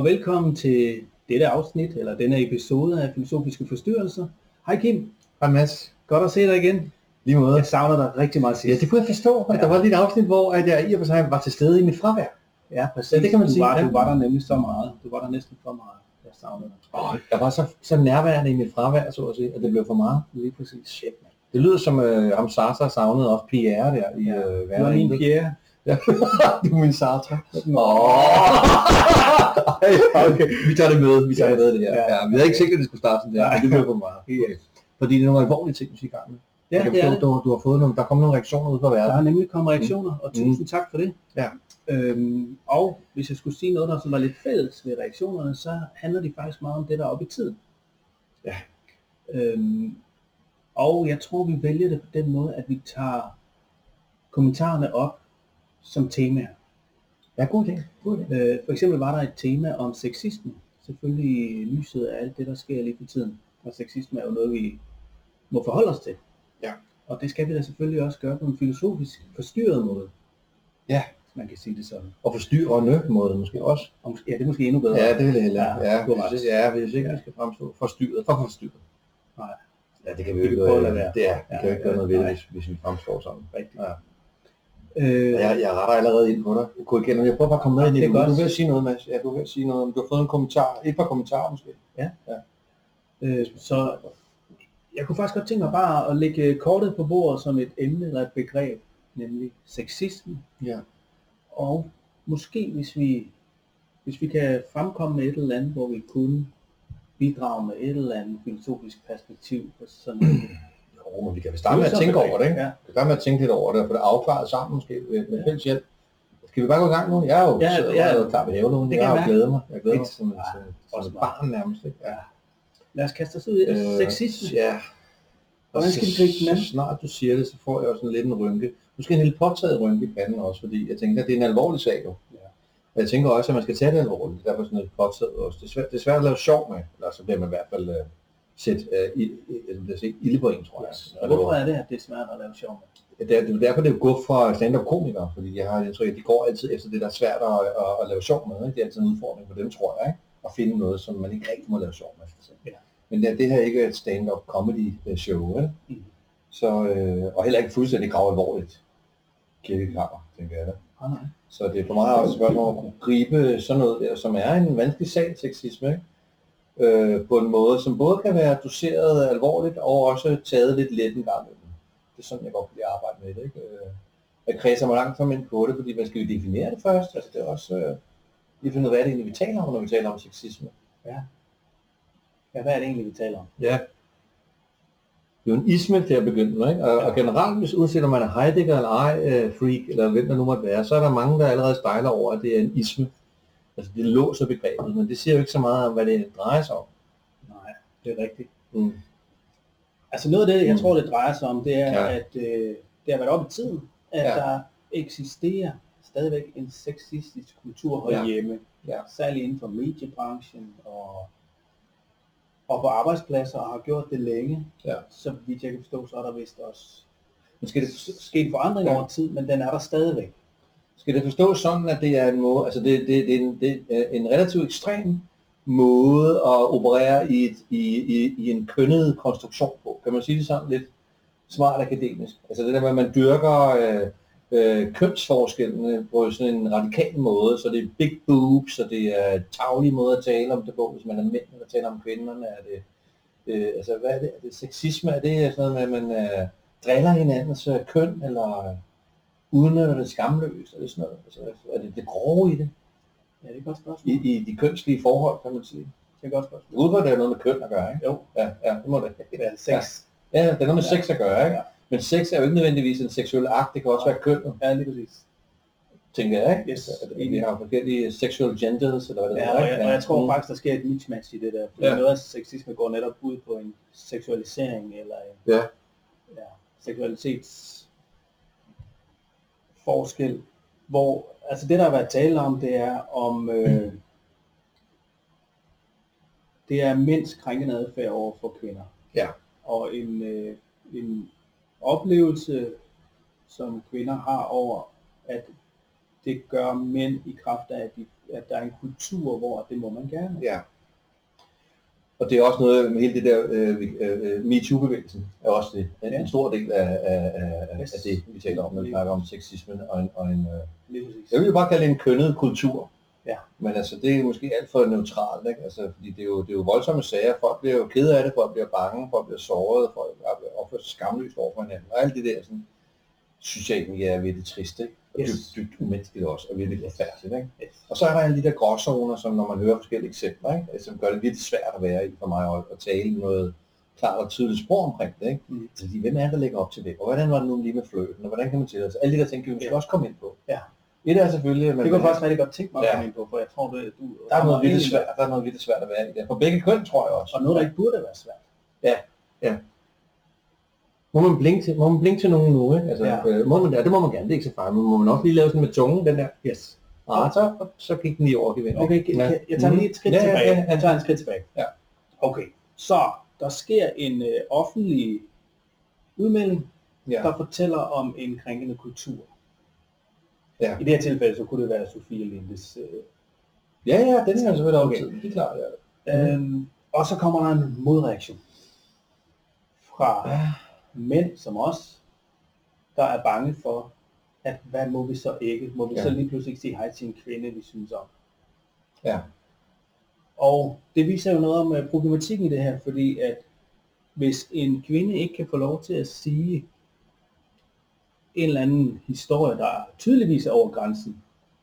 og velkommen til dette afsnit, eller denne episode af Filosofiske Forstyrrelser. Hej Kim. Hej Mads. Godt at se dig igen. Lige måde. Jeg savner dig rigtig meget sidst. Ja, det kunne jeg forstå. Ja. Der var lige et afsnit, hvor jeg i og for sig var til stede i mit fravær. Ja, præcis. Ja, det kan man sige. Du var der nemlig så meget. Du var der næsten for meget. Jeg savner dig. Jeg var så nærværende i mit fravær, så at sige, at det blev for meget. Lige præcis. Shit, man. Det lyder som ham Sartre savnede også Pierre der i Verden. Du er min Pierre. Ja. Du er min Sartre. Okay. Vi tager det med. Vi tager det med det her. Ja. Vi havde ikke sikkert, at det skulle starte sådan der, men det blev for meget. Okay. Fordi det er nogle alvorlige ting, vi skal i gang med. Ja, det er det. Du har fået nogle, der er kommet nogle reaktioner ud fra verden. Der er nemlig kommet reaktioner, og tusind tak for det. Ja. Og hvis jeg skulle sige noget, der som var lidt fælles ved reaktionerne, så handler de faktisk meget om det, der er oppe i tiden. Ja. Og jeg tror, vi vælger det på den måde, at vi tager kommentarerne op som temaer. Ja, god idé. For eksempel var der et tema om sexisme. Selvfølgelig i lyset af alt det, der sker lige for tiden. Og sexisme er jo noget, vi må forholde os til. Ja. Og det skal vi da selvfølgelig også gøre på en filosofisk forstyrret måde. Ja. Man kan sige det sådan. Og forstyrrende måde måske også. Ja, det er måske endnu bedre. Ja, det vil jeg hellere. Ja, hvis ikke vi skal fremstå forstyrret. For forstyrret. Nej. Ja, det kan vi jo ikke gøre. Det kan vi ikke gøre noget ved det, hvis vi fremstår sådan. Rigtigt. Ja. Jeg retter allerede ind på dig. Jeg prøver bare at komme med ind i det. Du vil sige noget, Mads. Ja, du vil sige noget. Du har fået en kommentar. Et par kommentarer måske. Ja. Så jeg kunne faktisk godt tænke mig bare at lægge kortet på bordet som et emne eller et begreb, nemlig sexisme. Ja. Og måske hvis vi kan fremkomme med et eller andet, hvor vi kunne bidrage med et eller andet filosofisk perspektiv på sådan noget. Jo, men vi kan starte med at tænke over det, ikke? Ja. Vi kan starte med at tænke lidt over det, og få det afklaret sammen måske med fælles hjælp. Skal vi bare gå i gang nu? Jeg er jo klar ved havelån. Jeg har jo glædet mig. Jeg glæder mig som et barn nærmest. Ikke? Ja. Lad os kaste os ud i det. Sexisme. Ja. Hvordan skal vi gribe den an? Så snart du siger det, så får jeg jo sådan lidt en rynke. Måske en lille påtaget rynke i panden også, fordi jeg tænker, at det er en alvorlig sag jo. Ja. Og jeg tænker også, at man skal tage det alvorligt. Derfor sådan et påtaget også. Det er svært at lave sjov med, eller så bliver man i hvert fald sætte ilde på en, tror jeg. Hvorfor er det, at det er svært at lave sjov med? Det er derfor, det er jo godt for stand-up-komikere, fordi jeg har indtryk, at de går altid efter det, der er svært at lave sjov med. Ikke? Det er altid en udfordring for dem, tror jeg, ikke? At finde noget, som man ikke rigtig må lave sjov med. Ja. Men det her ikke er et stand-up comedy show, ikke? Så, og heller ikke fuldstændig gravalvorligt kirkekammer, tænker jeg da. Nej. Så det er for mig også et spørgsmål at kunne gribe sådan noget der, som er en vanskelig sag, sexisme, ikke? På en måde, som både kan være doseret alvorligt, og også taget lidt let en gang. Det er sådan, jeg godt kan lide at arbejde med det, ikke? Jeg kredser mig langt ind på det, fordi man skal jo definere det først. Altså det er også lige finde ud af, hvad er det egentlig, vi taler om, når vi taler om sexisme. Ja, hvad er det egentlig, vi taler om? Ja. Det er jo en isme til at begynde med, ikke? Og generelt, hvis uanset om man er Heidegger eller freak, eller hvem der nu måtte være, så er der mange, der allerede stejler over, at det er en isme. Altså det låser begrebet, men det siger jo ikke så meget om, hvad det drejer sig om. Nej, det er rigtigt. Altså noget af det, jeg tror, det drejer sig om, det er, at det har været op i tiden, at der eksisterer stadigvæk en sexistisk kultur herhjemme. Ja. Særligt inden for mediebranchen og på arbejdspladser, og har gjort det længe. Ja. Så vidt jeg kan forstå, så er der vist også sket forandring over tid, men den er der stadigvæk. Skal det forstås sådan, at det er en måde, altså det er en relativt ekstrem måde at operere i en kønnet konstruktion på? Kan man sige det sådan lidt smart akademisk? Altså det der med, at man dyrker kønsforskellene på sådan en radikal måde, så det er big boobs, og det er taglig måde at tale om det på, hvis man er mænd, eller taler om kvinderne, er det, altså hvad er det? Er det sexisme? Er det sådan noget med, at man driller hinandens køn, eller udnytter det skamløst, eller sådan noget? Altså, er det grove i det? Ja, det er et godt spørgsmål. I de kønslige forhold, kan man sige. Det er et godt spørgsmål. Ude på det er noget med køn at gøre, ikke? Jo. Ja, det må det. Ja, sex. Ja, det er noget med sex at gøre, ikke? Ja. Men sex er jo ikke nødvendigvis en seksuel akt, det kan også være kønnet. Ja, lige præcis. Tænker jeg, ikke? Yes. Vi har forskellige sexual genders, eller hvad det er. Og jeg tror faktisk, der sker et mismatch i det der. Fordi noget af sexisme går netop ud på en seksualisering, eller en seksualitetsforskel, hvor, altså det der har været tale om, det er om, det er mænds krænkende adfærd over for kvinder. Ja. Og en oplevelse, som kvinder har over, at det gør mænd i kraft af, at der er en kultur, hvor det må man gerne. Ja. Og det er også noget med hele det der MeToo-bevægelsen, er også det. En stor del af det, vi taler om, når vi snakker om sexismen og en jeg vil jo bare kalde det en kønnet kultur. Ja. Men altså, det er måske alt for neutralt, ikke? Altså, fordi det er jo voldsomme sager. Folk bliver jo kede af det, folk bliver bange, folk bliver såret, folk opfører sig skamløst over for hinanden. Og alt det der, sådan, synes jeg egentlig er virkelig trist, ikke? Og dybt umenneskeligt også, og virkelig forfærdeligt, ikke? Yes. Og så er der alle de der gråzoner, som når man hører forskellige eksempler, ikke? Som gør det virkelig svært at være i for mig at tale noget klart og tydeligt sprog omkring det, ikke? Altså, hvem er det, der lægger op til det? Og hvordan var det nu lige med fløten? Og hvordan kan man til det? Altså, alle de der ting kan vi måske også komme ind på. Ja. Et er selvfølgelig... Det kunne faktisk rigtig godt tænke mig at komme ind på, for jeg tror, du... Der er noget virkelig svært, svært at være i det. For begge køn, tror jeg også. Og noget, der ikke burde være svært. Ja. Må man blinke til nogen nu, ikke? Altså, det må man gerne, det er ikke så farligt. Men må man også lige lave sådan med tungen, den der? Yes. Så gik den lige over gevind. Okay, jeg tager lige et skridt tilbage. Jeg tager en skridt tilbage. Ja. Okay, så der sker en offentlig udmelding, der fortæller om en krænkende kultur. Ja. I det her tilfælde, så kunne det være Sofie Lindes... Ja, den er selvfølgelig okay. Det er klart, ja. Og så kommer der en modreaktion fra mænd som os, der er bange for, at hvad må vi så ikke? Må vi så lige pludselig ikke sige hej til en kvinde, vi synes om? Ja. Og det viser jo noget om problematikken i det her, fordi at hvis en kvinde ikke kan få lov til at sige en eller anden historie, der tydeligvis er over grænsen,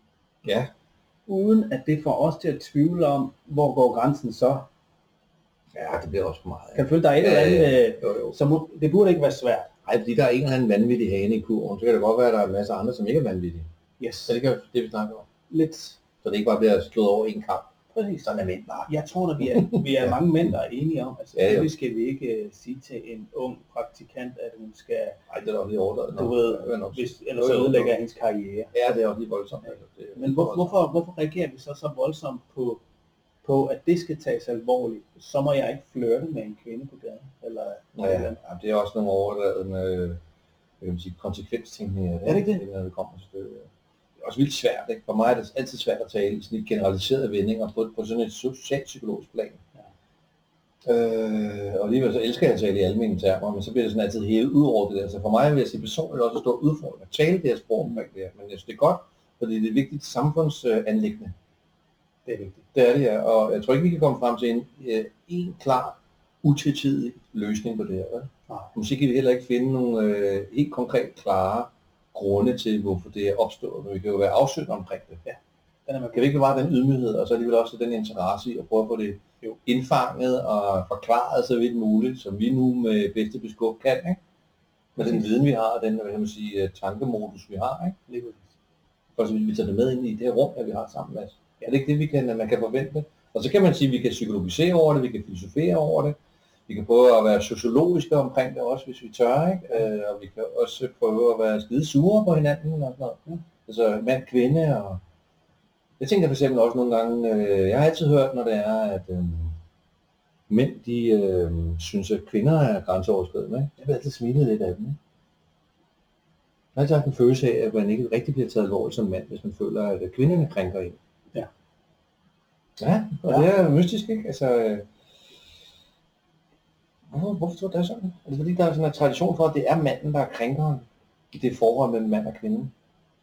uden at det får os til at tvivle om, hvor går grænsen så? Ja, det bliver også for meget. Kan føle, der er et eller andet, så det burde ikke være svært. Nej, fordi der er en eller anden vanvittig hane i kurven, så kan det godt være, at der er en masse andre, som ikke er vanvittige. Yes. Så det kan det, vi snakker om. Lidt. Så det ikke bare bliver slået over en kamp. Præcis. Sådan er mænd bare. Jeg tror, at vi er mange mænd, der er enige om, altså selvfølgelig skal vi ikke sige til en ung praktikant, at hun skal... Nej, det er da også lige overdrevet. Du ved, ellers så ødelægger hendes karriere. Ja, det er også lige voldsomt. Ja. Altså, men hvorfor reagerer vi så voldsomt på, at det skal tages alvorligt? Så må jeg ikke flirte med en kvinde på gaden? Eller det er også nogle overdrevne konsekvenstænkninger. Er det ikke det? Når det kommer til det. Det er også vildt svært, ikke? For mig er det altid svært at tale i sådan et generaliseret vendinger på sådan et socialpsykologisk plan. Og alligevel så elsker jeg at tale i almene termer, men så bliver det sådan altid hævet ud over det der. Så for mig vil jeg sige personligt også en stor udfordring at tale det her sprog omkring det her. Men jeg synes, det er godt, fordi det er vigtigt samfundsanliggende. Det er vigtigt. Det er det, ja. Og jeg tror ikke, vi kan komme frem til en klar, utvetydig løsning på det her. Måske kan vi heller ikke finde nogle helt konkret klare grunde til, hvorfor det er opstået, men vi kan jo være afsøgende omkring det. Ja. Kan vi ikke bevare den ydmyghed, og så alligevel også den interesse i at prøve at få det indfanget og forklaret så vidt muligt, som vi nu med bedste beskub kan, ikke? Med den viden, vi har, og den tankemodus, vi har, ikke? Lige præcis. For så vil vi tage det med ind i det her rum, at vi har sammen med os. Ja. Er det ikke det, man kan forvente? Og så kan man sige, at vi kan psykologisere over det, vi kan filosofere over det, vi kan prøve at være sociologiske omkring det også, hvis vi tør, ikke? Og vi kan også prøve at være skide sure på hinanden og sådan noget. Ja. Altså mand, kvinde og... Jeg tænker for eksempel også nogle gange, jeg har altid hørt, når det er, at mænd, de synes, at kvinder er grænseoverskridende, ikke? Jeg vil altid smile lidt af dem, ikke? Jeg har altid haft en følelse af, at man ikke rigtig bliver taget alvorligt som mand, hvis man føler, at kvinderne krænker en. Ja. Ja, og det er mystisk, ikke? Altså... Hvorfor tror du, det er sådan? Er det fordi, der er sådan en tradition for, at det er manden, der er krænkeren i det forhold mellem mand og kvinde?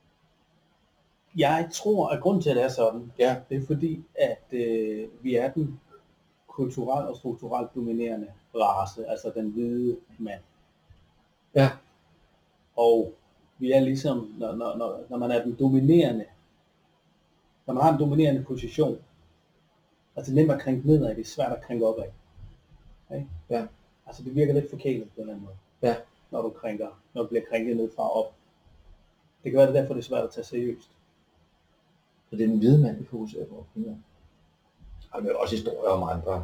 Jeg tror, at grunden til, at det er sådan, det er fordi, at vi er den kulturelt og strukturelt dominerende race, altså den hvide mand. Ja. Og vi er ligesom, når man er den dominerende, når man har en dominerende position, altså det er nemt at krænke nedad, det er svært at krænke opad. Okay? Ja. Altså det virker lidt forkælet på en eller anden måde, når du bliver krænket ned fra og op. Det kan være det derfor, det er svært at tage seriøst. Så det er den hvide mand, vi fokuserer på. Ja. Og der er også historier om andre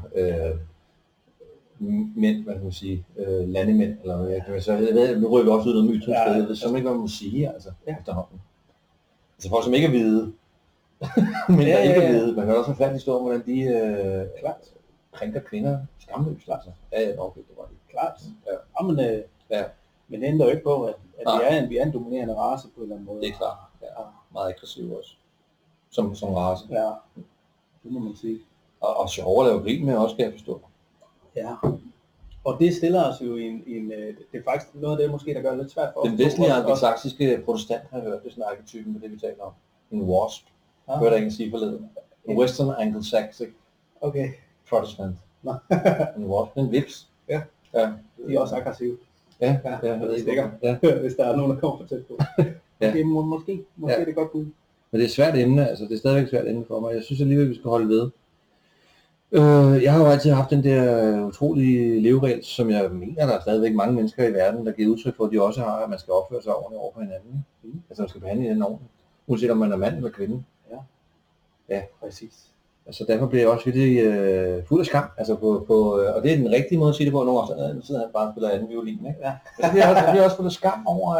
mænd, hvad kan man sige, landemænd, eller hvad kan man sige. Nu ryger vi også ud noget mytryk, jeg ved som ikke, hvad man må sige, altså, efterhånden. Altså folk, som ikke er hvide, men der ikke er hvide. Man kan også have færdig historie om, hvordan de krænker kvinder skamløst. Altså. Ja, nok, det var det. Klart. Men det ændrer jo ikke på, at vi er en dominerende race på en eller anden måde. Det er klart. meget aggressive også, som race. Ja, det må man sige. Og sjovere at lave grin med også, kan jeg forstå. Ja, og det stiller os jo i en det er faktisk noget af det, måske, der gør det lidt svært for os. Den vestlige angelsaksiske protestant har hørt, det er sådan en arketypen på det, vi taler om. En wasp. Ja. Hørte jeg ikke sige forleden. En Western Anglo-Saxic Protestant. En wasp, en vips. Ja. De er også aggressive. Ja, jeg ved ikke, hvis der er nogen, der kommer for tæt på. Okay, måske er det godt bud. Men det er et svært emne, altså det er stadigvæk et svært emne for mig. Jeg synes alligevel, vi skal holde ved. Jeg har jo altid haft den der utrolige leveregel, som jeg mener, der er stadigvæk mange mennesker i verden, der giver udtryk for, at de også har, at man skal opføre sig ordentligt over for hinanden. Altså man skal behandle hinanden ordentligt, uanset om man er mand eller kvinde. Ja, præcis. Altså derfor bliver jeg også virkelig fuld af skam, altså og det er den rigtige måde at sige det på, nogle år sidder han bare og spiller anden violin, ikke? Ja. Jeg bliver også fuld af skam over,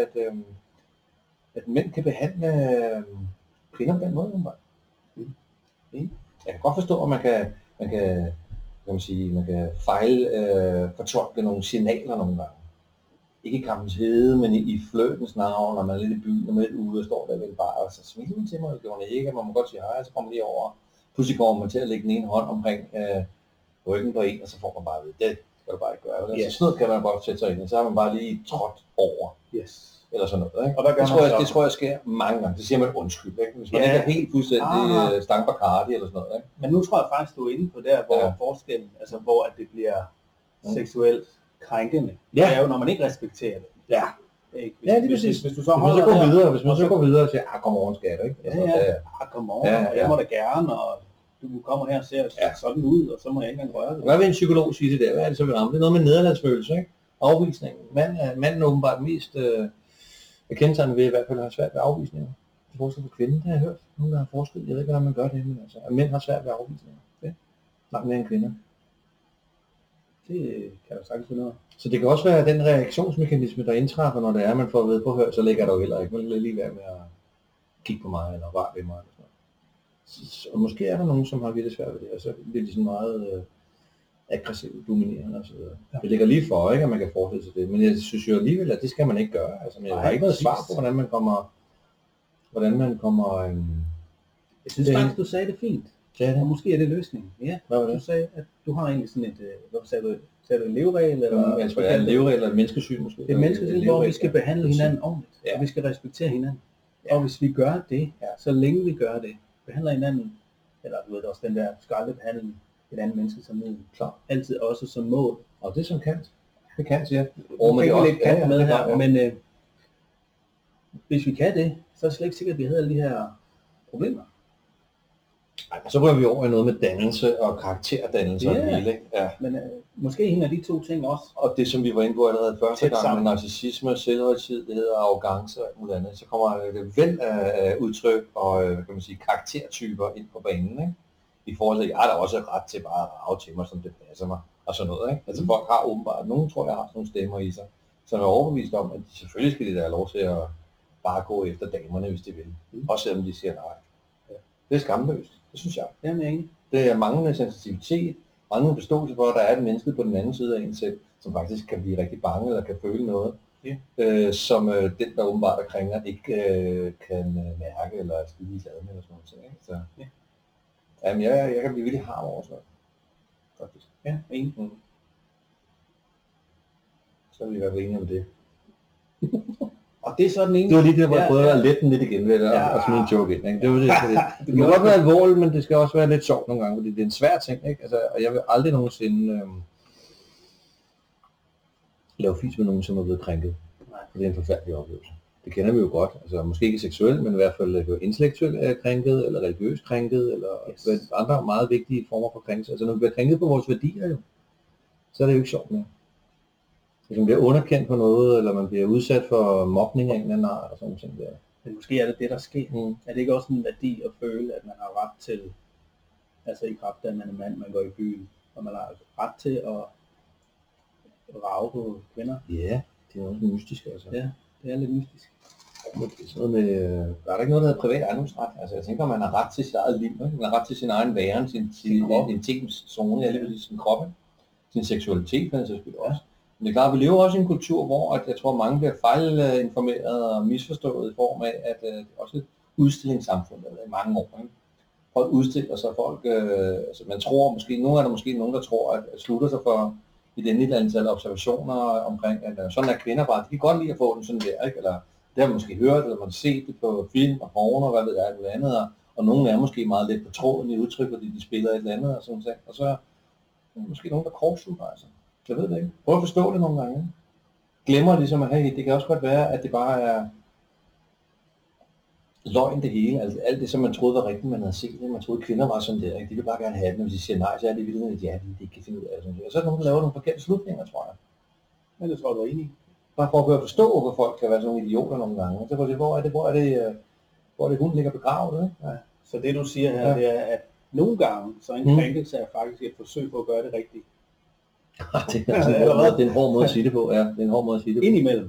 at mænd kan behandle kvinder på den måde. Jeg kan godt forstå, at man kan fortolke nogle signaler nogle gange. Ikke i kampens hede, men i fløtens navn, når man er lidt i byen, og med lidt ude og står der ved en bar, og så smiler til mig, og gjorde ikke, og man må godt sige hej, så kommer lige over. Pludselig kommer man til at lægge den ene hånd omkring ryggen på en, og så får man bare ved, det skal du bare ikke gøre. Yes. Så sådan noget kan man godt sætte sig ind, og så har man bare lige trådt over. Yes. Eller sådan noget, ikke? Og det tror jeg sker mange gange. Det siger man undskyld, ikke? Hvis man ikke er helt fuldstændig stang Bacardi eller sådan noget, ikke? Men nu tror jeg faktisk, du er inde på der, hvor forskellen, altså hvor at det bliver seksuelt krænkende. Det er jo, når man ikke respekterer det. Ja. Det er præcis. Hvis du så går videre og siger, kom over, skal du, ikke? Kom over, jeg må da gerne, og du kommer her og ser sådan ud, og så må jeg ikke engang røre det. Hvad vil en psykolog sige til det? Hvad er det så, vi rammer? Det er noget med nederlagsfølelse, ikke? Afvisningen. Manden er åbenbart mest kendetegnet ved i hvert fald har svært ved afvisninger. Det forskel på kvinden, det har jeg hørt. Nogle der har forsket. Jeg ved ikke, hvordan man gør det, men altså, at mænd har svært ved afvisninger. Ja. Langt mere end kvinder. Det kan jo sagtens finde noget. Så det kan også være den reaktionsmekanisme, der indtræffer, når det er, man får ved på hør, så ligger der jo heller ikke. Man vil lige være med at kigge på mig, eller røre ved mig. Eller sådan. Og måske er der nogen, som har virkelig svært ved det, og så bliver de sådan meget aggressiv, dominerende og så videre. Ja. Det ligger lige for, ikke, at man kan forestille sig det, men jeg synes jo alligevel, at det skal man ikke gøre. Altså, jeg har ikke noget svar på, hvordan man kommer. Jeg synes faktisk, du sagde det fint. Og måske er det løsningen. Ja. Hvad var det? Du sagde, at du har egentlig sådan et, hvad sagde du en leveregel? Eller jeg tror, det er en leveregel eller et menneskesyn måske. Det er et menneskesyn, hvor vi skal behandle hinanden ordentligt, og vi skal respektere hinanden. Og hvis vi gør det, så længe vi gør det, behandler hinanden, eller du ved også den der skraldebehandling, et andet menneske som middel. Altid også som mål. Og det som kant. Det kan, siger jeg. Og det også kant med her, men hvis vi kan det, så er det slet ikke sikkert, at vi havde alle de her problemer. Ej, så rører vi over i noget med dannelse og karakterdannelse og hele, ikke? Ja. Men måske en af de to ting også. Og det, som vi var inde på allerede første gang med narcissisme og selvhøjtid, det hedder arrogance og alt muligt andet, så kommer det vel af udtryk og kan man sige, karaktertyper ind på banen, ikke? I forhold til, at jeg har da også ret til bare at rave til mig, som det passer mig, og sådan noget, ikke? Altså folk har åbenbart, nogen tror jeg har sådan nogle stemmer i sig, som er overbevist om, at selvfølgelig skal de da have lov til at bare gå efter damerne, hvis de vil. Også selvom de siger nej. Ja. Det er skamløst, det synes jeg. Det er manglende sensitivitet, manglende forståelse for, at der er et menneske på den anden side af en selv, som faktisk kan blive rigtig bange, eller kan føle noget, som den, der åbenbart er krænger, ikke kan mærke, eller er skide glad med, eller sådan noget. Ikke? Så, jamen, jeg kan blive virkelig harm over sådan noget. Faktisk. Ja, enig. Så er vi i hvert fald enige om det. Og det er så den ene. Det var lige det, hvor jeg prøvede at lette den lidt igen ved at smide en joke ind. Ikke? Det var det må godt være alvorligt, men det skal også være lidt sjovt nogle gange, fordi det er en svær ting. Ikke? Altså, og jeg vil aldrig nogensinde lave fis med nogen, som er blevet krænket. For det er en forfærdelig oplevelse. Det kender vi jo godt. Altså, måske ikke seksuelt, men i hvert fald intellektuelt krænket, eller religiøst krænket, eller andre meget vigtige former for krænkelse. Altså, når vi bliver krænket på vores værdier, jo, så er det jo ikke sjovt mere. Hvis man bliver underkendt på noget, eller man bliver udsat for mobning af en eller anden art, og sådan ting der. Men måske er det der sker. Er det ikke også en værdi at føle, at man har ret til, altså i kraft af, at man er mand, man går i byen, og man har ret til at rage på kvinder? Ja, det er noget mystisk, altså. Ja, det er lidt mystisk. Det er sådan noget med, der er ikke noget, der hedder privat ejendomsret. Altså jeg tænker, man har ret til sit eget liv, ikke? Man har ret til sin egen væren, sin intimzone, sin krop, sin seksualitet, for den sags skyld også. Men det er klart, vi lever også i en kultur, hvor at jeg tror, mange bliver fejlinformeret og misforstået i form af, at også udstillingssamfund i mange år. Ikke? Folk udstiller sig, altså man tror måske, nu er der måske nogen, der tror, at slutter sig for et endeligt antal observationer omkring, at sådan er kvinder bare, de kan godt lide at få den sådan der, ikke? Eller det har man måske hørt, eller man har set det på film og porno, og hvad ved jeg, noget andet, og nogen er måske meget lidt på tråden i udtryk, fordi de spiller et eller andet, og sådan noget, og så er måske nogen, der kortslutter, altså. Jeg ved det ikke. Prøv at forstå det nogle gange. Glemmer ligesom, at hey, det kan også godt være, at det bare er løgn det hele, altså alt det, som man troede var rigtigt, man havde set det, man troede kvinder var sådan der, ikke? De vil bare gerne have det, men hvis de siger nej, så er det vildt, at de ikke kan finde ud af det. Og så er der nogen, der laver nogle forkerte slutninger, tror jeg. Men det tror du er enig. Bare for at forstå, hvor folk kan være sådan nogle idioter nogle gange. Så hvor er det hunden ligger begravet, ikke? Ja. Så det du siger her, det er, at nogle gange, så en krænkelse er faktisk et forsøg på at gøre det rigtigt. Det er en hård måde at sige det på, ja. Det er en hård måde at sige det på. Indimellem.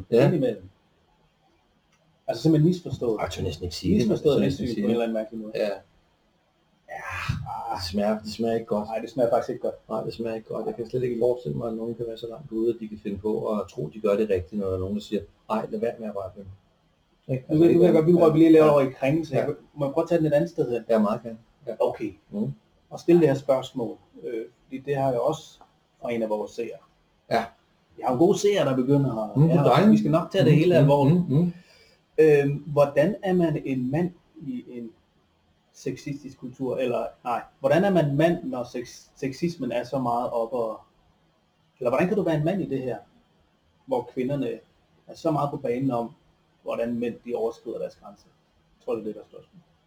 Altså simpelthen misforstået. Jeg tør næsten ikke sige det. Misforstået hensyn på en eller anden mærkelig måde. Ja. Det smager ikke godt. Nej, det smager faktisk ikke godt. Nej, det smager ikke godt. Jeg kan slet ikke forestille mig, at nogen kan være så langt ude, at de kan finde på og tro, at de gør det rigtigt, når der er nogen, der siger, nej, lad være med at røre dem. Nu ved jeg godt, vi vil lige lave over i krænkelse. Ja. Må jeg prøve at tage den et andet sted hen? Ja, meget gerne. Ja. Okay. Og stille det her spørgsmål. Fordi det har jeg også fra en af vores seere. Ja. Jeg har jo gode seere, der begynder at... Vi skal nok tage det hele alvorligt. Hvordan er man en mand i en sexistisk kultur, eller nej, hvordan er man mand, når sexismen er så meget oppe, eller hvordan kan du være en mand i det her, hvor kvinderne er så meget på banen om, hvordan mænd de overskrider deres grænser? Jeg tror, det er det, der står.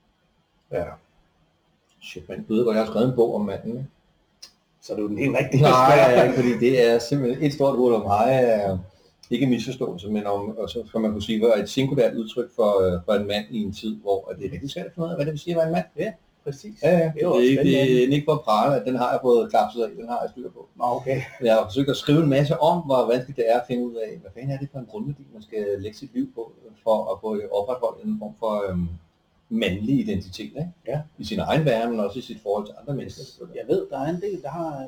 Ja. Shit, man ved godt, jeg har skrevet en bog om manden, ikke? Så er det jo den helt rigtige. Nej, fordi det er simpelthen et stort ord om mig, ikke en misforståelse, men og så kan man kunne sige, at et singulært udtryk for en mand i en tid, hvor det er rigtig svært at finde ud af, hvad det vil sige at være en mand. Ja, præcis. Ja. Det er ikke for at prale, at den har jeg fået klapset af, den har jeg styr på. Okay. Jeg har forsøgt at skrive en masse om, hvor vanskeligt det er at finde ud af, hvad fanden er det for en grundværdi, man skal lægge sit liv på, for at få opretholdt en form for mandlig identitet, ikke? Ja. I sin egen verden, men også i sit forhold til andre mennesker. Jeg ved, der er en del, der har...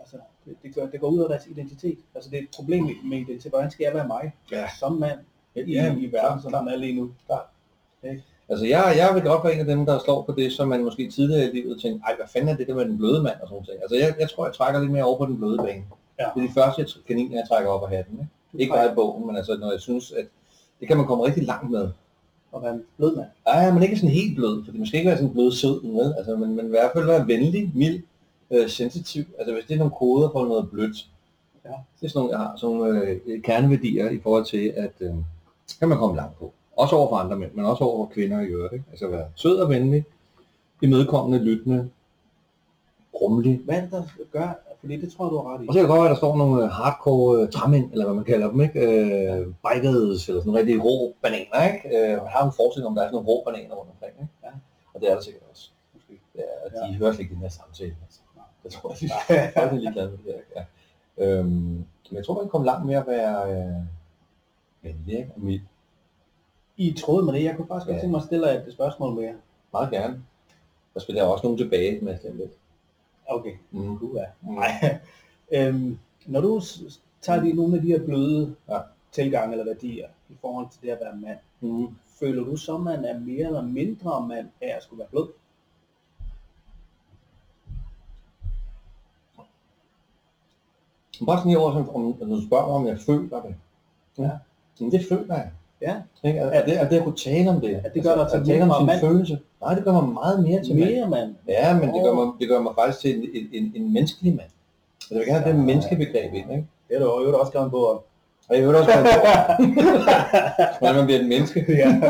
Det går ud af deres identitet. Altså det er et problem med identitet. Hvordan skal jeg være mig som mand i verden, som den er lige nu? Okay. Altså jeg vil godt være en af dem, der slår på det, som man måske tidligere i livet tænkte, ej, hvad fanden er det der med den bløde mand og sådan noget. Altså jeg tror, jeg trækker lidt mere over på den bløde bane. Ja. Det er de første kaniner, jeg trækker op af hatten. Ikke bare i bogen, men altså når jeg synes, at det kan man komme rigtig langt med. Og være en blød mand? Nej, men ikke sådan helt blød, for det skal ikke være sådan blød sød med. Altså men i hvert fald være venlig, mild, sensitiv. Altså hvis det er nogle koder for noget blødt, det er sådan nogle, jeg har sådan nogle kerneværdier i forhold til, at kan man komme langt på. Også over for andre mænd, men også over for kvinder i øvrigt, ikke? Altså være sød og venlig, imødekommende, lyttende, rummelig. Hvad er det, der gør? Fordi det tror jeg, du har ret i. Og så kan det godt være, at der står nogle hardcore træmænd, eller hvad man kalder dem, ikke? Bikers, eller sådan nogle rigtig rå bananer, ikke? Man har en forestilling om, der er sådan nogle rå bananer rundt omkring, ikke? Ja. Og det er der sikkert også. De hører slet ikke den her samtale. Altså. Jeg tror, de er ligeglade med det der. Ja. Men jeg tror, man kan komme langt med at være venlig, og mild. I tråd med det. Jeg kunne faktisk godt tænke mig at stille et spørgsmål mere. Meget gerne. Der spiller jeg også nogle tilbage med at lidt. Okay. Når du tager nogle af de her bløde tilgange eller værdier i forhold til det at være mand, føler du så, at man er mere eller mindre mand af at skulle være blød? Bare sådan lige over, om du spørger mig, om jeg føler det. Ja. Men det føler jeg. Ja. At det at kunne tale om det. At det gør dig til tale om sin følelse. Nej, det gør mig meget mere til mand. Ja, men det gør mig faktisk til en menneskelig mand. Altså, jeg vil gerne have det menneskebegreb ind, ikke? Det er du jo også skrevet på. Og jeg vil også skrevet på. Hvordan man bliver et menneske.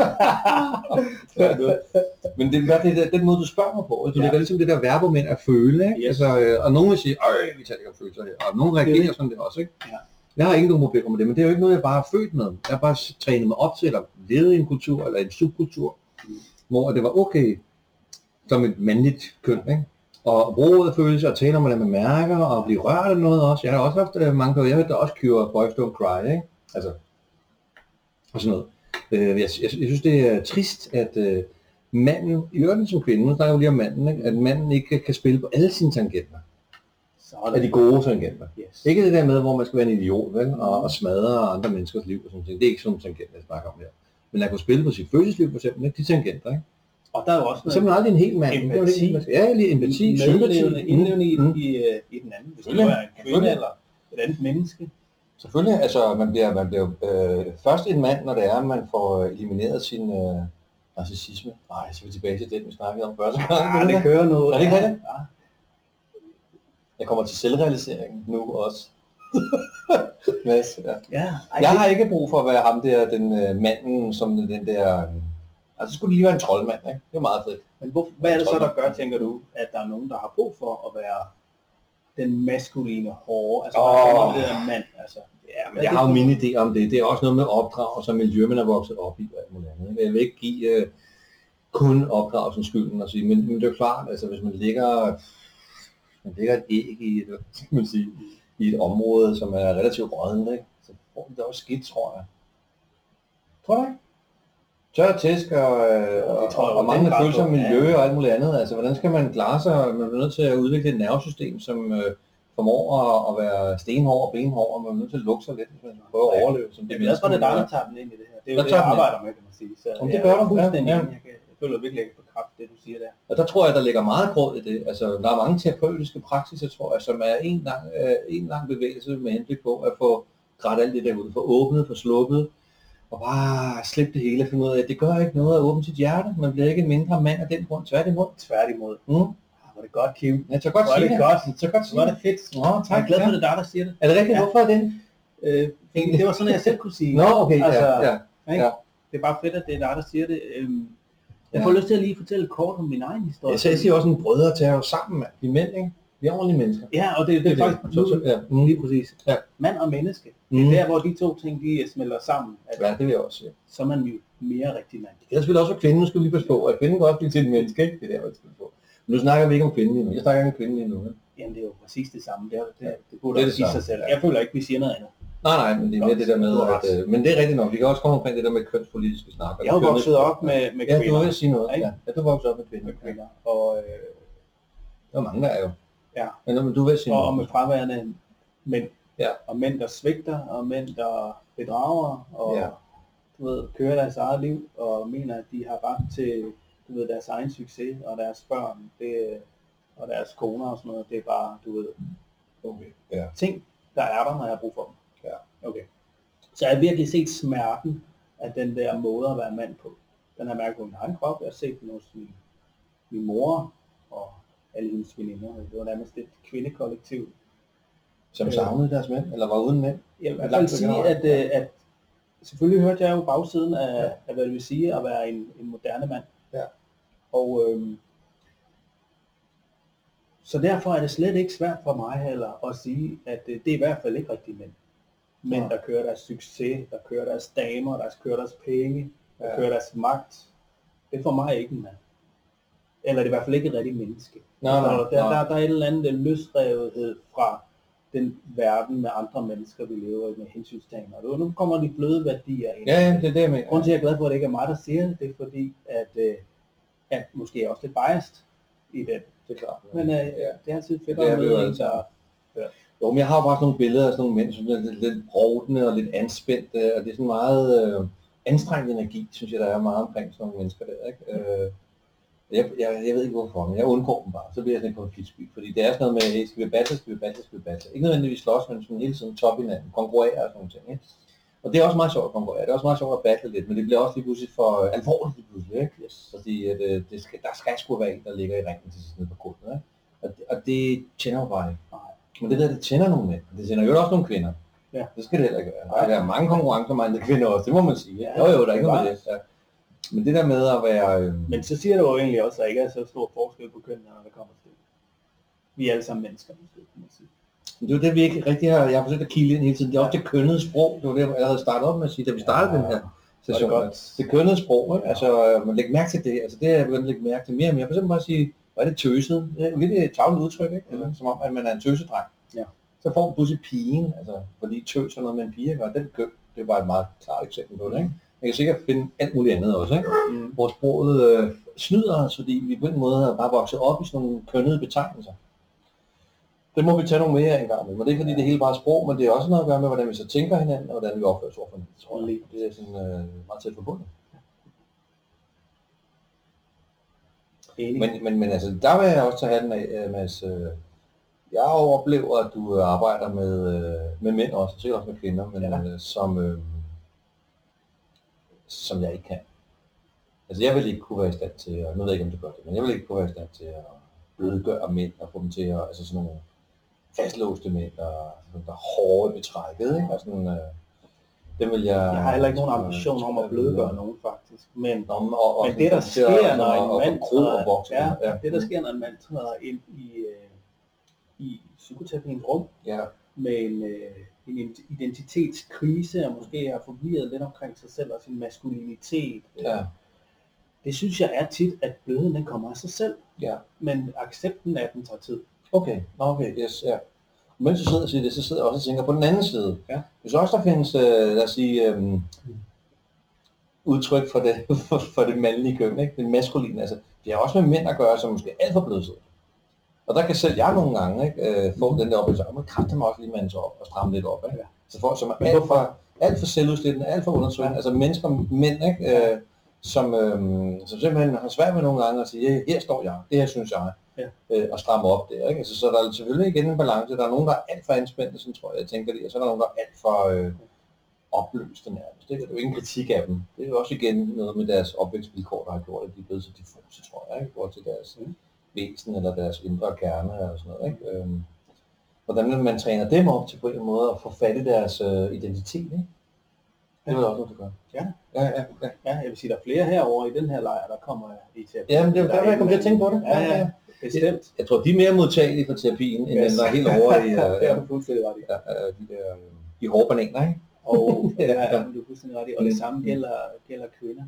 Men det er den måde, du spørger mig på. Du lægger ligesom det der verbum ind at føle, ikke? Yes. Altså, og nogen vil sige, vi tager ikke om følelser her. Og nogen reagerer sådan det også, ikke? Ja. Jeg har ikke nogen problemer med det, men det er jo ikke noget, jeg bare er født med. Jeg har bare trænet mig op til, eller levet i en kultur, eller en subkultur, hvor det var okay, som et mandligt køn, ikke? Og bruge ordet følelser, og tale om, hvordan man mærker, og blive rørt eller noget også. Jeg har også haft mange perioder, jeg har også Cure, Boys Don't Cry, ikke? Altså, og sådan noget. Jeg synes, det er trist, at manden, i øvrigt som kvinde, nu snakker jeg lige om manden, ikke? At manden ikke kan spille på alle sine tangenter. Af de gode tangenter. Yes. Ikke det der med, hvor man skal være en idiot, vel? Og smadre andre menneskers liv og sådan noget. Det er ikke sådan nogle tangenter, jeg snakker om her. Men at kunne spille på sit følelsesliv, for eksempel, ikke? De tangenter, ikke? Og der er jo også noget simpelthen aldrig en hel mand. empati. Ja, lige empati, Indlevende i den anden, hvis du er en kvinde eller et andet menneske. Selvfølgelig, altså man bliver først en mand, når det er, at man får elimineret sin narcissisme. Nej, så er vi tilbage til den, vi snakkede om første gang. Det kører noget. Er det ikke det? Ja. Jeg kommer til selvrealisering nu også. Jeg har ikke brug for at være ham der, den manden, som den der... Altså, skulle lige være en troldmand, ikke? Det er meget fedt. Men hvad er det så, der gør, tænker du, at der er nogen, der har brug for at være den maskuline hårde, altså det der mand, altså? Ja, men jeg har jo min idé om det. Det er også noget med opdragelse og miljø, man er vokset op i, og alt muligt andet. Jeg vil ikke give kun opdragelsen skylden og sige, men det er klart, altså hvis man lægger et æg i et område, som er relativt rådent, ikke? Så får man det også skidt, tror jeg. Tror du ikke? Tør tæsk og mange følelser af miljø og alt muligt andet. Altså, hvordan skal man klare sig? Man er nødt til at udvikle et nervesystem, som formår at være stenhård og benhård, og man er nødt til at lukke sig lidt, hvis man prøver at overleve. Som det er også, det der tager den ind i det her. Det er jo det, jeg arbejder med, kan man sige. Så det gør du. Jeg føler virkelig ikke på kraft, det du siger der. Og der tror jeg, der ligger meget gråd i det. Altså, der er mange terapeutiske praksiser, tror jeg, som er en lang bevægelse med henblik på at få grædt alt det der ud, få åbnet, få sluppet, og bare slippe det hele og finde ud af, at det gør ikke noget at åbne sit hjerte. Man bliver ikke en mindre mand af den grund. Tværtimod. Var det godt, Kim. Ja, så godt sige det. Var det fedt. Nå, tak. Jeg er glad for, at det er dig, der siger det. Er det rigtigt? Ja. Hvorfor er det? Det var sådan, jeg selv kunne sige. Nå, okay. Altså, ja. Det er bare fedt, at det er dig, der siger det. Jeg får lyst til at lige fortælle kort om min egen historie. Jeg siger også en brødre til at have sammen, mand. Vi er mænd, ikke? Vi er ordentlige mennesker. Ja, og det er faktisk lige præcis. Ja. Mand og menneske. Det er der, hvor de to ting, de smelter sammen. Ja, det vil jeg også sige. Så er man jo mere rigtig mand. Det er selvfølgelig også for kvinden, nu skal vi lige passe på. At kvinden kan også blive til et menneske, ikke? Det er der, man skal på. Men nu snakker vi ikke om kvinden endnu. Jeg snakker ikke om kvinden endnu. Jamen, det er jo præcis det samme. Det burde også sige sig selv. Jeg føler ikke, vi siger noget andet. Nej, men det er mere det der med, at... Men det er rigtigt nok. Vi kan også komme omkring det der med kønspolitiske snakker. Jeg har vokset op med kvinder. Ja, du vil sige noget. Ja, du vokset op med kvinder. Og der er mange, der er jo. Ja. Men du vil sige noget. Og med fraværende mænd. Ja. Og mænd, der svigter, og mænd, der bedrager, og kører deres eget liv, og mener, at de har ret til deres egen succes, og deres børn, og deres koner og sådan noget. Det er bare, ting, der er der, når jeg har brug for dem. Ja. Okay. Så jeg har virkelig set smerten af den der måde at være mand på. Den har mærket på min egen krop. Jeg har set den hos min mor og alle hendes veninder. Det var nærmest et kvindekollektiv. Som savnede deres mænd, eller var uden mænd? Jeg vil i hvert fald sige, at selvfølgelig hørte jeg jo bagsiden af hvad det vil sige at være en moderne mand. Ja. Og så derfor er det slet ikke svært for mig heller at sige, at det er i hvert fald ikke rigtig mænd. Mænd, der kører deres succes, der kører deres damer, der kører deres penge, der kører deres magt. Det er for mig ikke en mand. Eller det er i hvert fald ikke et rigtigt menneske. Der er et eller andet løsrevethed fra den verden med andre mennesker, vi lever i med hensynstagen. Og nu kommer de bløde værdier ind. Ja, det er det, jeg mener. Grunden til, at jeg er glad for, at det ikke er mig, der siger det, det er fordi, at måske er også lidt biased i det. Det er klart. Men det er altid fedt at møde en, der... Jo, men jeg har jo bare sådan nogle billeder af sådan nogle mænd, som er lidt brovdende og lidt anspændte, og det er sådan meget anstrengt energi, synes jeg, der er meget omkring sådan nogle mennesker der, ikke? Jeg ved ikke hvorfor, men jeg undgår dem bare, så bliver jeg sådan en konfliktsky, fordi det er sådan noget med, hey, skal vi battle? Ikke nødvendigvis slås, men sådan hele tiden top hinanden, konkurrere og sådan nogle ting, ikke? Og det er også meget sjovt at konkurrere, det er også meget sjovt at battle lidt, men det bliver også lige pludselig for alvorligt lige pludselig, ikke? Yes. Fordi at, der skal sgu være en, der ligger i ringen til sidst nede på gulvet, ikke? Og det tænder jo bare ikke. Men det tænder nogle mænd, det tænder jo også nogle kvinder. Ja. Det skal det heller ikke være. Der er mange konkurrencer kvinder også, det må man sige. Ja, jo, der er ikke noget med det. Ja. Men det der med at være... Men så siger du jo egentlig også, at der ikke er så stor forskel på kønnene, når det kommer til det. Vi er alle sammen mennesker, måske, kan man sige. Det er jo det, vi ikke rigtig har... Jeg har forsøgt at kigge ind hele tiden. Det er også det kønnede sprog. Det var det, jeg havde startet op med at sige, da vi startede den her session. Det kønnede sprog, ikke? Altså, man lægger mærke til det. Altså, det er jeg begyndt at lægge mærke til mere og mere. For eksempel bare at sige, hvor er det tøset? Det er virkelig et tavligt udtryk, ikke? Eller, som om, at man er en tøsedreng. Ja. Så får man pludselig pigen, altså, fordi tøs er noget med en pige, og den køn, det var et meget klart eksempel på det, ikke? Jeg kan sikkert finde alt muligt andet også, ikke? Hvor sproget snyder os, fordi vi på en måde har bare vokset op i sådan nogle kønnede betegnelser. Det må vi tage nogle mere engang med, men det er ikke fordi det hele bare er sprog, men det er også noget at gøre med, hvordan vi så tænker hinanden, og hvordan vi opfører os over for hinanden. Det er sådan meget tæt forbundet. Men altså, der vil jeg også tage hatten af, Mads. Jeg oplever, at du arbejder med mænd også, sikkert også med kvinder, men som jeg ikke kan. Altså jeg vil ikke kunne være i stand til, og nu ved jeg ikke, om du gør det, men jeg vil ikke kunne være i stand til at blødgøre mænd og få dem til at, altså sådan nogle fastlåste mænd, der er hårde betrækket, ikke? Og sådan, det vil jeg har heller ikke nogen ambition om at blødgøre nogen faktisk, men det der sker, når en mand træder ind i psykoterapiens rum, med en identitetskrise, og måske har forvirret lidt omkring sig selv og sin maskulinitet. Det synes jeg er tit, at bløden den kommer af sig selv, men accepten af den tager tid. Okay, yes, ja. Mens du sidder og siger det, så sidder jeg også og tænker på den anden side. Hvis også der findes, lad os sige, udtryk for det mandlige køn, ikke? Det maskuline, altså det har også med mænd at gøre, som måske er alt for blødsede. Og der kan selv jeg nogle gange ikke, få den der oplevelse, at man kræfter mig også lige mande sig op og stramme lidt op. Ikke? Så folk, som er alt for selvudstillende, alt for undertrykkende, altså mennesker, mænd, ikke, som simpelthen har svært med nogle gange at sige, her står jeg, det her synes jeg, og stramme op der. Ikke? Altså, så der er selvfølgelig igen en balance. Der er nogen, der er alt for anspændte, sådan tror jeg tænker det, og så er der nogen, der er alt for opløste nærmest. Det er jo ingen kritik af dem. Det er jo også igen noget med deres opvækstvilkår, der har gjort, at de er blevet så diffuse, tror jeg, i forhold til deres væsen eller deres indre kerne eller sådan noget. Ikke? Hvordan man træner dem op til på en måde at få fat i deres identitet, ikke? Det er vel også noget, du gør. Ja, jeg vil sige, der er flere herovre i den her lejr, der kommer i terapi. Ja, men det er jo jeg kommer til at tænke på det. Ja, bestemt. Jeg tror, de er mere modtagelige for terapien, end dem, der er helt over i det er du fuldstændig ret i. De hårde bananer, ikke? Og du er fuldstændig ret i. Og det samme gælder kvinder.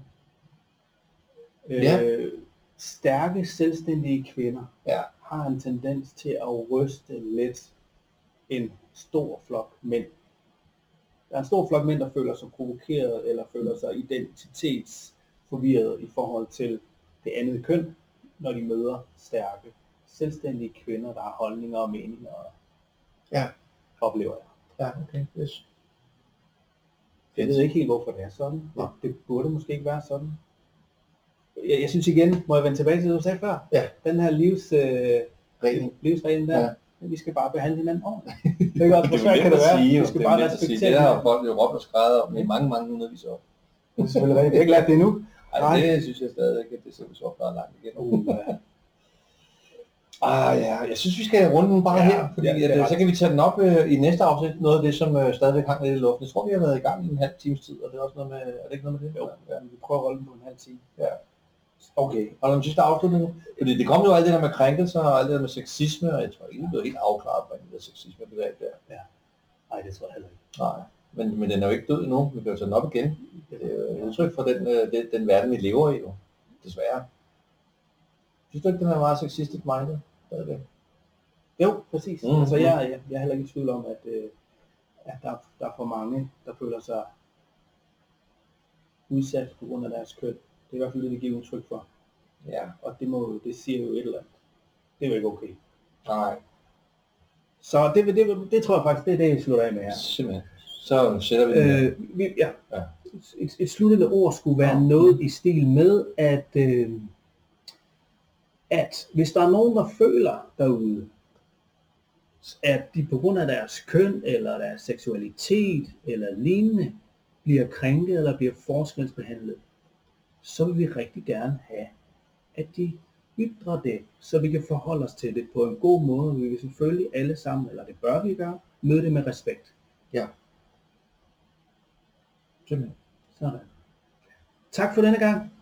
Stærke, selvstændige kvinder har en tendens til at ryste lidt en stor flok mænd. Der er en stor flok mænd, der føler sig provokeret eller føler sig identitetsforvirret i forhold til det andet køn, når de møder stærke, selvstændige kvinder, der har holdninger og meninger, oplever jeg. Ja, okay, yes. Jeg ved ikke helt, hvorfor det er sådan. Det burde måske ikke være sådan. Jeg synes igen, må jeg vende tilbage til det, du sagde før? Ja. Den her livsreglen der, vi skal bare behandle hinanden ordentligt. Det er godt, hvor svært kan det være. Vi skal bare respektere. Det har folk jo råbt og skrevet om i mange hundredvis år. Det er selvfølgelig rigtigt. Jeg har ikke lært det endnu. Nej, det synes jeg stadig ikke, at det ser så meget langt igen. Jeg synes, vi skal runde den bare her, fordi så kan vi tage den op i næste afsnit. Noget af det, som stadigvæk hang lidt i luften. Jeg tror, vi har været i gang i en halv times tid, og det er også noget med, er det ikke noget med det? Jo, vi prøver at holde den på en halv time. Ja. Okay, og den sidste afslutning, fordi det kom jo alt det der med krænkelser og alt det der med sexisme, og jeg tror ikke, det er helt afklaret på det der sexisme-begreb der. Ja, nej, det tror jeg heller ikke. Nej, men den er jo ikke død endnu, vi kan jo tage den op igen. Det er jo et udtryk for den verden, vi lever i jo, desværre. Synes du ikke, den er meget sexistisk minded? Jo, præcis. Altså, jeg er heller ikke i tvivl om, at der er for mange, der føler sig udsat på grund af deres køn. Det er i hvert fald det, det giver udtryk for. Ja. Og det siger jo et eller andet. Det er jo ikke okay. Nej. Så det tror jeg faktisk, det er det, vi slutter af med her. Simpelthen. Så sætter vi det Et sluttende ord skulle være noget i stil med, at hvis der er nogen, der føler derude, at de på grund af deres køn, eller deres seksualitet, eller lignende, bliver krænket, eller bliver forskelsbehandlet, så vil vi rigtig gerne have, at de ytrer det, så vi kan forholde os til det på en god måde. Vi vil selvfølgelig alle sammen, eller det bør vi gøre, møde det med respekt. Ja. Simpelthen. Sådan. Tak for denne gang.